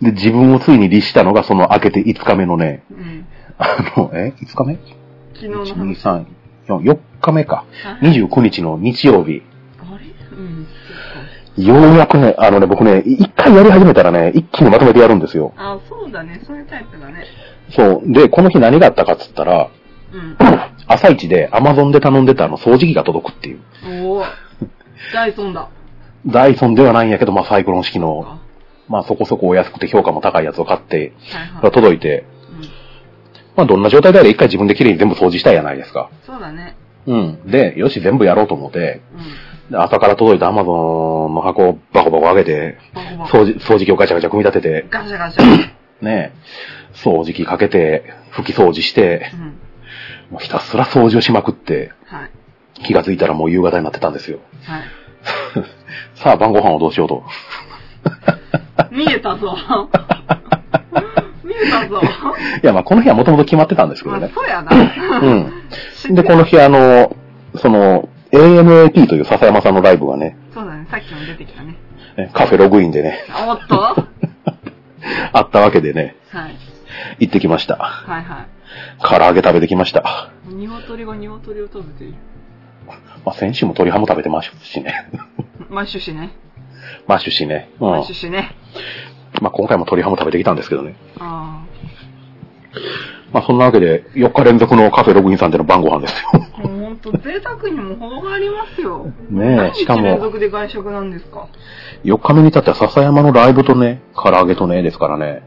で、自分をついに律したのが、その明けていつかめのね、うん、あの、えいつかめ昨日の話。いち、に、 さん、よん、よっかめか。にじゅうくにちの日曜日。 あれうん。 ようやくね、あのね、僕ね、一回やり始めたらね、一気にまとめてやるんですよ。 あ、そうだね。そういうタイプだね。 そう。で、この日何があったかっつったら、うん、朝一でアマゾンで頼んでたあの掃除機が届くっていう。 おー。ダイソンだ。 ダイソンではないんやけど、まあサイクロン式の、まあそこそこお安くて評価も高いやつを買って、はいはい、届いて、うん、まあどんな状態であれ一回自分で綺麗に全部掃除したいじゃないですか。 そうだね。 うん。で、よし全部やろうと思って、うん、で朝から届いたアマゾンの箱をバコバコ上げて、バコバコ掃除、掃除機をガチャガチャ組み立てて、 ガチャガチャ。 ね掃除機かけて、拭き掃除して、うん、もうひたすら掃除をしまくって、はい、気がついたらもう夕方になってたんですよ。はい、さあ晩ご飯をどうしようと。 見えたぞ。見えたぞ。 いやまあこの日はもともと決まってたんですけどね。 まあ、そうやな。 うん。で、この日あの、その、エーエムエーピー という笹山さんのライブがね。 そうだね、さっきも出てきたね。 カフェログインでね。 おっとあったわけでね。 はい。 行ってきました。 はいはい。 唐揚げ食べてきました。 鶏が鶏を食べている。 まあ先週も鶏ハム食べてますしね。 マッシュしね。 マッシュしね。うん、 マッシュしね。 まあ今回も鶏ハム食べてきたんですけどね。 ああ。 まあそんなわけでよっか連続のカフェログインさんでの晩ご飯ですよ。 もうほんと贅沢にも程がありますよ。 ねえ、しかも。 何日連続で外食なんですか。 よっかめに至っては笹山のライブとね、唐揚げとね、ですからね。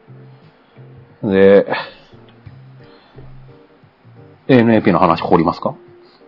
で、エーエヌエーピー の話掘りますか？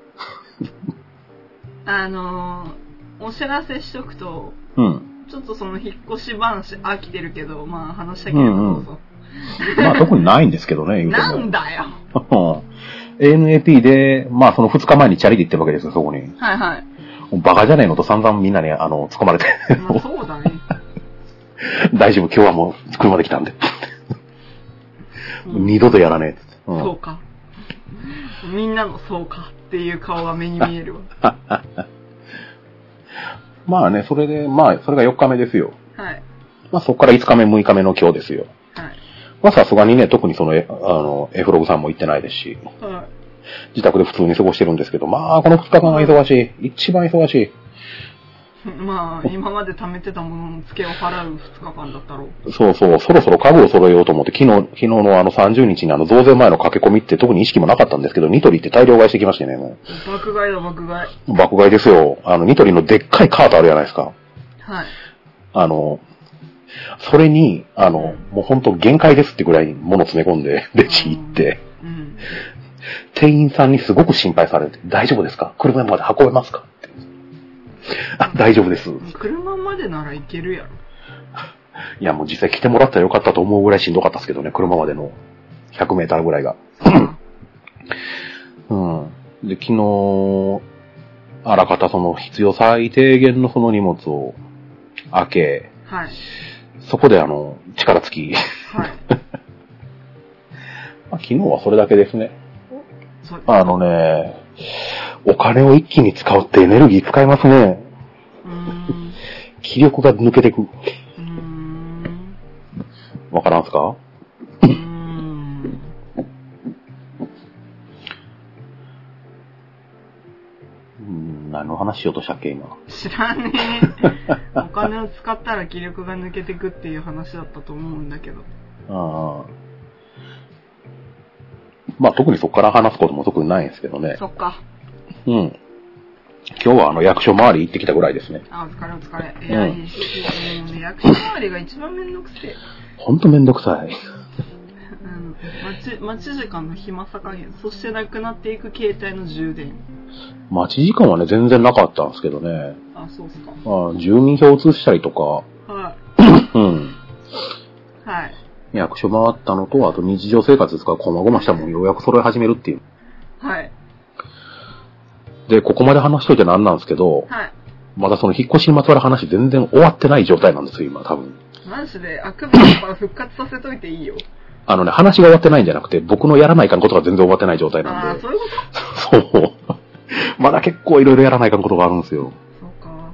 あのー、お知らせしとくと、 うん。 ちょっとその引っ越し話飽きてるけど、まあ話したければどうぞ。 うんうん、まあ特にないんですけどね、言うても。 なんだよ。 エーエヌエーピー で、まあそのふつかまえにチャリで行ってるわけですよ、そこに。 はいはい。 バカじゃねえのと散々みんなにあの、突っ込まれて。 まあそうだね。 大丈夫、今日はもう車で来たんで。うん、二度とやらねえ、 うん。そうか。みんなのそうかっていう顔が目に見えるわ。 まあね、それで、まあ、それがよっかめですよ。 はい。 まあそこからいつかめ、むいかめの今日ですよ。 はい。 まあさすがにね、特にその、あの、エフログさんも行ってないですし。 はい。 自宅で普通に過ごしてるんですけど、まあこのふつかかんが忙しい。一番忙しい。 まあ、今まで貯めてたものの付けを払うふつかかんだったろう。 そうそう、そろそろ家具を揃えようと思って、昨日、昨日のあのさんじゅうにちにあの増税前の駆け込みって特に意識もなかったんですけど、ニトリって大量買いしてきましてね、もう。爆買いだ、爆買い。 爆買いですよ。あの、ニトリのでっかいカートあるじゃないですか。 はい。 あの、それに、あの、うん、もうほんと限界ですってぐらい物詰め込んで、レジ行って、うんうん、店員さんにすごく心配されて、大丈夫ですか？車まで運べますか？あ、大丈夫です。 車までなら行けるやろ。 いや、もう実際来てもらったらよかったと思うぐらいしんどかったですけどね、車までの。 ひゃくメーターぐらいが。うん。で、昨日、あらかたその必要最低限のその荷物を開け、 はい。 そこであの、力尽き。 はい。 まあ、昨日はそれだけですね。 そうあのね、お金を一気に使うってエネルギー使いますね。 うーん。 気力が抜けてく。 うーん。 わからんすか？ うーん。 うん、何の話しようとしたっけ今。 知らねえ。お金を使ったら気力が抜けてくっていう話だったと思うんだけど。 ああ。まあ特にそこから話すことも特にないんですけどね。 そっか。 うん。今日はあの役所周り行ってきたぐらいですね。 あ、お疲れお疲れ。いや、いいし、もうね、役所周りが一番めんどくせえ。 ほんとめんどくさい。 うん、待ち、待ち時間の暇さ加減、そしてなくなっていく携帯の充電。 待ち時間はね、全然なかったんですけどね。 あ、そうっすか。 まあ、住民票移したりとか。 はい。 うん。 はい。 役所回ったのと、あと日常生活ですから、こまごましたもんようやく揃え始めるっていう。 はい。 で、ここまで話しといてなんなんですけど、 はい。 まだその引っ越しにまつわる話全然終わってない状態なんですよ、今、多分。 マジで、あくまで復活させといていいよ。 あのね、話が終わってないんじゃなくて、僕のやらないかんことが全然終わってない状態なんで。 ああ、そういうことそう。まだ結構いろいろやらないかんことがあるんですよ。 そうか。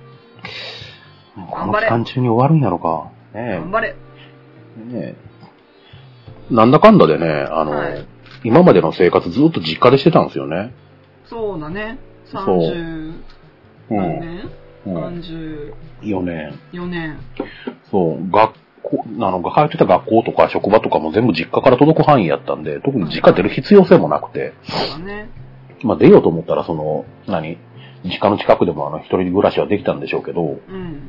この期間中に終わるんやろか。ねえ。 頑張れ。 ねえ。なんだかんだでね、あの、はい、今までの生活ずっと実家でしてたんですよね。 そうだね。さんじゅう何年、 うん、 さんじゅうよねん。 よねん。 そう、学校、あの、通ってた学校とか職場とかも全部実家から届く範囲やったんで、特に実家出る必要性もなくて。 そうだね。 まあ出ようと思ったら、その、何実家の近くでもあの、一人暮らしはできたんでしょうけど、うん。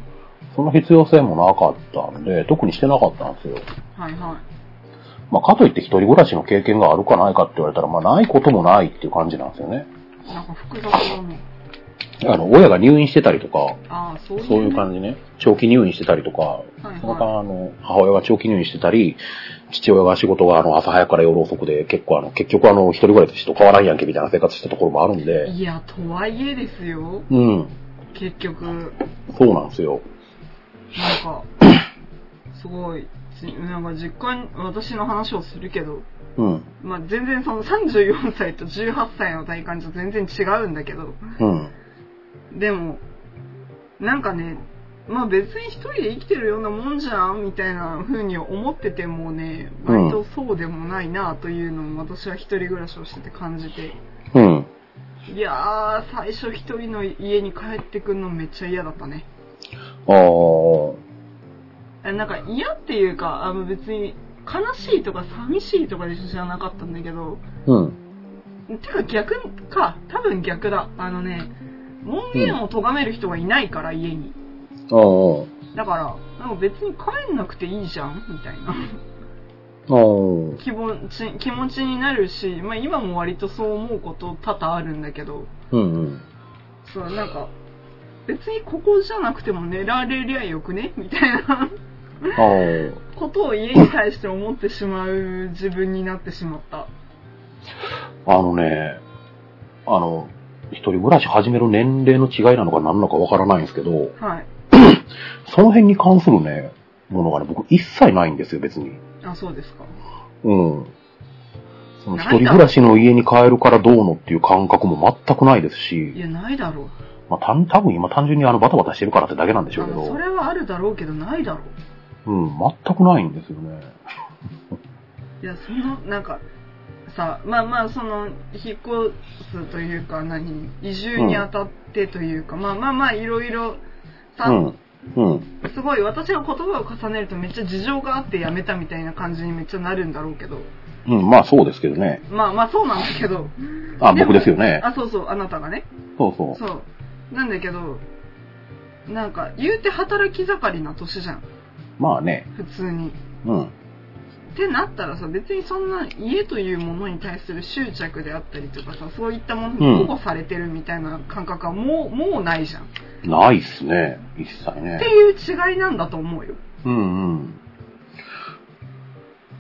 その必要性もなかったんで、特にしてなかったんですよ。 はいはい。 まあ、かといって一人暮らしの経験があるかないかって言われたら、まあ、ないこともないっていう感じなんですよね。 なんか複雑だね。 あの、親が入院してたりとか、 ああ、そういう、ね、 そういう感じね。長期入院してたりとか、はいはい、またあの、母親が長期入院してたり、父親が仕事があの、朝早くから夜遅くで、結構あの、結局あの、一人暮らしと変わらんやんけみたいな生活してたところもあるんで。 いや、とはいえですよ。 うん。 結局。 そうなんですよ。 なんか、すごい、なんか実家に、私の話をするけど、うん。まあ全然そのさんじゅうよんさいとじゅうはっさいの体感じゃ全然違うんだけど、うん。でも、なんかね、まあ別に一人で生きてるようなもんじゃんみたいな風に思っててもね、割とそうでもないなというのを私は一人暮らしをしてて感じて。うん。いやー、最初一人の家に帰ってくるのめっちゃ嫌だったね。ああ。なんか嫌っていうか、あの別に悲しいとか寂しいとかじゃなかったんだけど、うん。てか逆か、多分逆だ。あのね、門限を咎める人がいないから、家に。ああ。だから、なんか別に帰んなくていいじゃんみたいな。ああ。気持ち、気持ちになるし、まあ今も割とそう思うこと多々あるんだけど、うんうん。そう、なんか、別にここじゃなくても寝られりゃよくねみたいなことを家に対して思ってしまう自分になってしまった。あのね、あの、一人暮らし始める年齢の違いなのか何なのかわからないんですけど、はい。その辺に関するね、ものがね、僕一切ないんですよ、別に。あ、そうですか。うん。その一人暮らしの家に帰るからどうのっていう感覚も全くないですし。いや、ないだろう。まあ、たん、多分今単純にあのバタバタしてるからってだけなんでしょうけど。それはあるだろうけど、ないだろう。うん、全くないんですよね。いや、その、なんか、さ、まあまあ、その、引っ越すというか、何、移住にあたってというか、うん、まあまあまあ、いろいろ、さ、うんうん、すごい、私が言葉を重ねるとめっちゃ事情があって辞めたみたいな感じにめっちゃなるんだろうけど。うん、まあそうですけどね。まあまあそうなんだけど。あ、僕ですよね。あ、そうそう、あなたがね。そうそう。そう。なんだけど、なんか、言うて働き盛りな年じゃん。まあね。普通に。うん。ってなったらさ、別にそんな家というものに対する執着であったりとかさ、そういったものに保護されてるみたいな感覚はもう、もうないじゃん。ないっすね。一切ね。っていう違いなんだと思うよ。うんうん。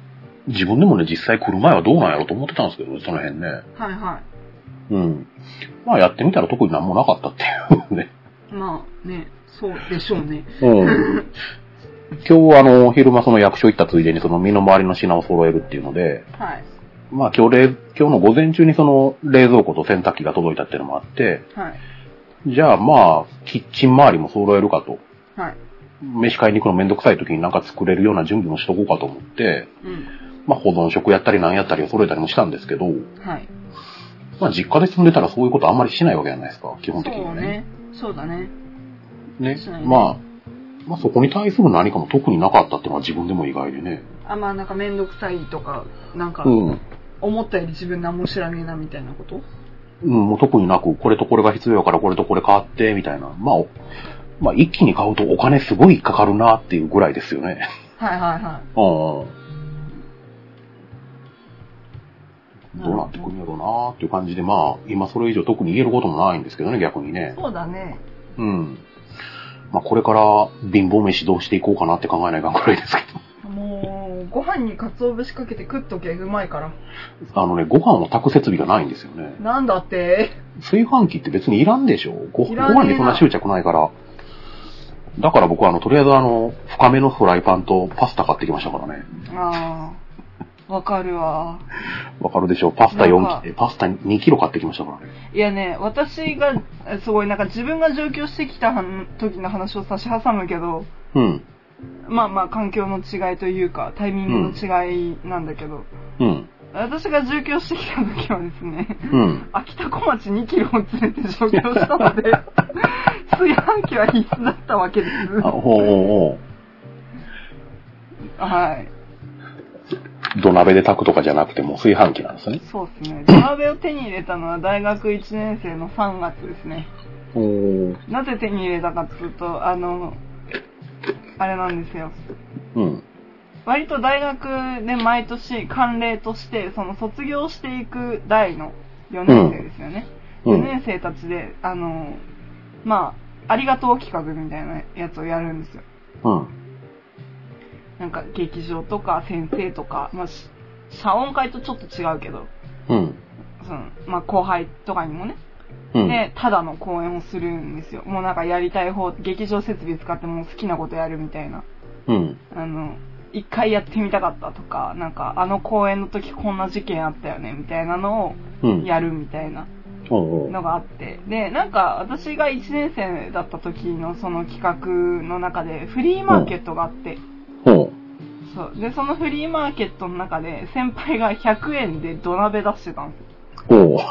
自分でもね、実際来る前はどうなんやろうと思ってたんですけどね、その辺ね。 はいはい。 うん。まあやってみたら特になんもなかったっていうね。 まあね、そうでしょうね。 うん。今日あの、昼間その役所行ったついでにその身の回りの品を揃えるっていうので、 はい。 まあ今日冷、今日の午前中にその冷蔵庫と洗濯機が届いたっていうのもあって、 はい。 じゃあまあ、キッチン周りも揃えるかと。 はい。 飯買いに行くのめんどくさい時になんか作れるような準備もしとこうかと思って、 うん。 まあ保存食やったりなんやったりを揃えたりもしたんですけど、 はい。 まあ実家で住んでたらそういうことあんまりしないわけじゃないですか、基本的にはね。 そうね。そうだね。 ね。ねまあ、まあそこに対する何かも特になかったっていうのは自分でも意外でね。 あ、まあなんかめんどくさいとか、なんか、 うん。 思ったより自分何も知らねえなみたいなこと？ うん、もう特になく、これとこれが必要やからこれとこれ買って、みたいな。まあ、まあ一気に買うとお金すごいかかるなっていうぐらいですよね。 はいはいはい。 うん。どうなってくるんやろうなっていう感じで、まあ、今それ以上特に言えることもないんですけどね、逆にね。 そうだね。 うん。まあこれから貧乏飯どうしていこうかなって考えないかんくらいですけど。 もう、ご飯に鰹節かけて食っとけうまいから。 あのね、ご飯を炊く設備がないんですよね。 なんだって炊飯器って別にいらんでしょ ご, ご飯にそんな執着ないから。だから僕はあの、とりあえずあの、深めのフライパンとパスタ買ってきましたからね。 ああ。わかるわ。 わかるでしょパスタよんキロ、パスタにキロ買ってきましたからね。 いやね、私が、すごいなんか自分が上京してきた時の話を差し挟むけど、 うん。 まあまあ環境の違いというか、タイミングの違いなんだけど、 うん。 私が上京してきた時はですね、 うん。 秋田小町にキロを連れて上京したので、炊飯器は必須だったわけです。 あ、ほうほうほう。はい。 土鍋で炊くとかじゃなくても炊飯器なんですね。 そうですね。土鍋を手に入れたのは大学いちねん生のさんがつですね。 おー。 なぜ手に入れたかというと、あの、あれなんですよ。 うん。 割と大学で毎年慣例として、その卒業していく代のよねん生ですよね。うん、よねん生たちで、あの、まあ、ありがとう企画みたいなやつをやるんですよ。 うん。 なんか劇場とか先生とか、まあ、謝恩会とちょっと違うけど、 うん。 その、まあ、後輩とかにもね、うん、で、ただの公演をするんですよ。もうなんかやりたい方、劇場設備使ってもう好きなことやるみたいな。 うん。 あの、一回やってみたかったとか、なんかあの公演の時こんな事件あったよねみたいなのをやるみたいなのがあって。で、なんか私がいちねん生だった時のその企画の中でフリーマーケットがあって、 うん、 そう。で、そのフリーマーケットの中で先輩がひゃくえんで土鍋出してたんですよ。 お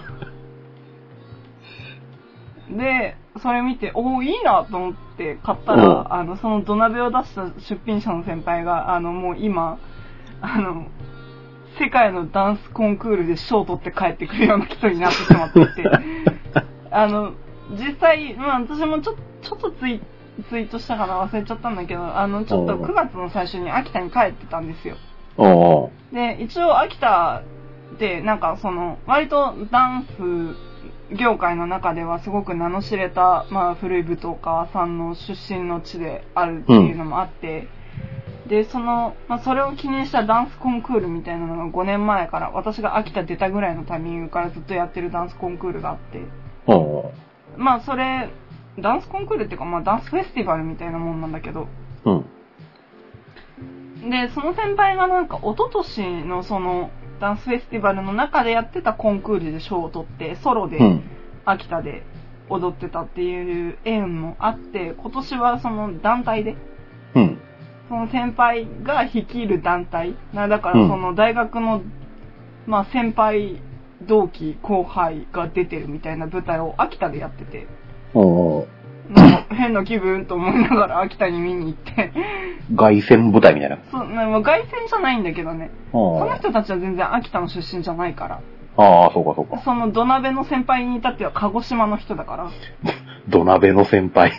で、それ見て、おー、いいなと思って買ったら、あの、その土鍋を出した出品者の先輩が、あの、もう今、あの、世界のダンスコンクールで賞を取って帰ってくるような人になってしまっていて、あの、実際、まあ私もちょ、ちょっとツイ、ツイートしたかな忘れちゃったんだけど、あの、ちょっとくがつの最初に秋田に帰ってたんですよ。で、一応秋田で、なんかその、割とダンス、業界の中ではすごく名の知れた、まあ、古い舞踏家さんの出身の地であるっていうのもあって、うん、で、その、まあ、それを記念したダンスコンクールみたいなのがごねんまえから、私が秋田出たぐらいのタイミングからずっとやってるダンスコンクールがあって、 うん、 まあ、それ、ダンスコンクールっていうか、まあ、ダンスフェスティバルみたいなもんなんだけど、 うん、 で、その先輩がなんか、一昨年のその、ダンスフェスティバルの中でやってたコンクールで賞を取って、ソロで秋田で踊ってたっていう縁もあって、今年はその団体で、 うん、 その先輩が率いる団体、だからその大学の、まあ先輩、同期、後輩が出てるみたいな舞台を秋田でやってて、 おなんか変な気分と思いながら秋田に見に行って凱旋舞台みたいな。 そう、まあ、凱旋じゃないんだけどね。その人たちは全然秋田の出身じゃないから。 ああ、そうかそうか。 その土鍋の先輩に至っては鹿児島の人だから。 土鍋の先輩。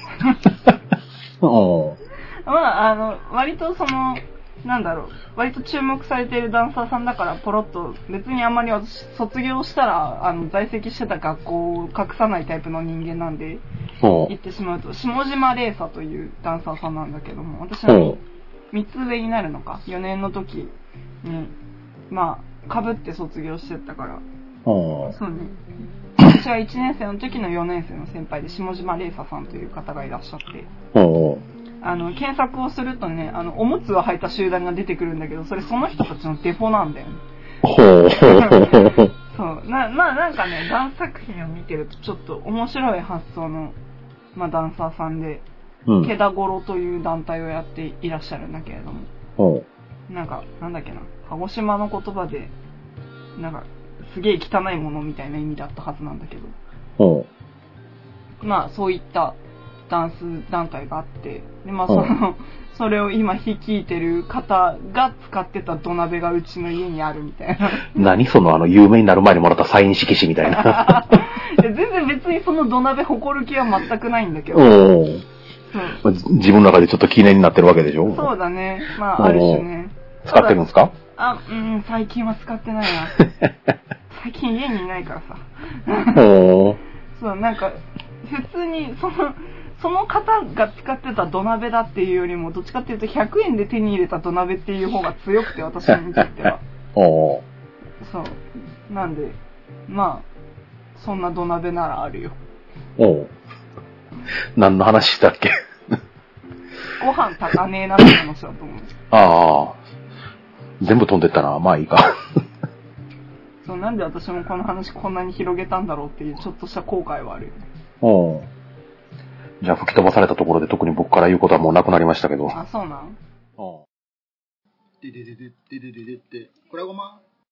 まあ、あの、割とその、なんだろう、割と注目されているダンサーさんだからポロッと、別にあんまり私卒業したら、あの、在籍してた学校を隠さないタイプの人間なんで、言ってしまうと、下島玲沙というダンサーさんなんだけども、私のみっつ上になるのか、よねんの時に、まあ、被って卒業してったから。 おそうね。私はいちねん生の時のよねん生の先輩で、下島玲沙さんという方がいらっしゃって。 おあの、検索をするとね、あの、おむつを履いた集団が出てくるんだけど、それその人たちのデフォなんだよね。 ほう。 そう。な、まあなんかね、ダンス作品を見てるとちょっと面白い発想の、まあダンサーさんで、うん、ケダゴロという団体をやっていらっしゃるんだけれども。 ほう。なんか、なんだっけな。鹿児島の言葉で、なんか、すげえ汚いものみたいな意味だったはずなんだけど。 ほう。まあそういったダンス団体があって、で、まあその、それを今率いてる方が使ってた土鍋がうちの家にあるみたいな。 何そのあの有名になる前にもらったサイン色紙みたいな。 全然別にその土鍋誇る気は全くないんだけど。 おまあ、自分の中でちょっと記念になってるわけでしょ。 そうだね。まあある種ね。 使ってるんですか？ あ、うん、最近は使ってないな。最近家にいないからさ。 おそう、なんか、普通にその、その方が使ってた土鍋だっていうよりも、どっちかっていうとひゃくえんで手に入れた土鍋っていう方が強くて、私にとっては。 おそう。なんで、まあ、そんな土鍋ならあるよ。 お何の話したっけ？ ご飯炊かねえなって話だと思う。 ああ。全部飛んでったな。まあいいか。 そう、なんで私もこの話こんなに広げたんだろうっていうちょっとした後悔はあるよね。 おう。じゃあ吹き飛ばされたところで特に僕から言うことはもうなくなりましたけど。 あ、そうなん？ おう。 ででででででででで、これはごま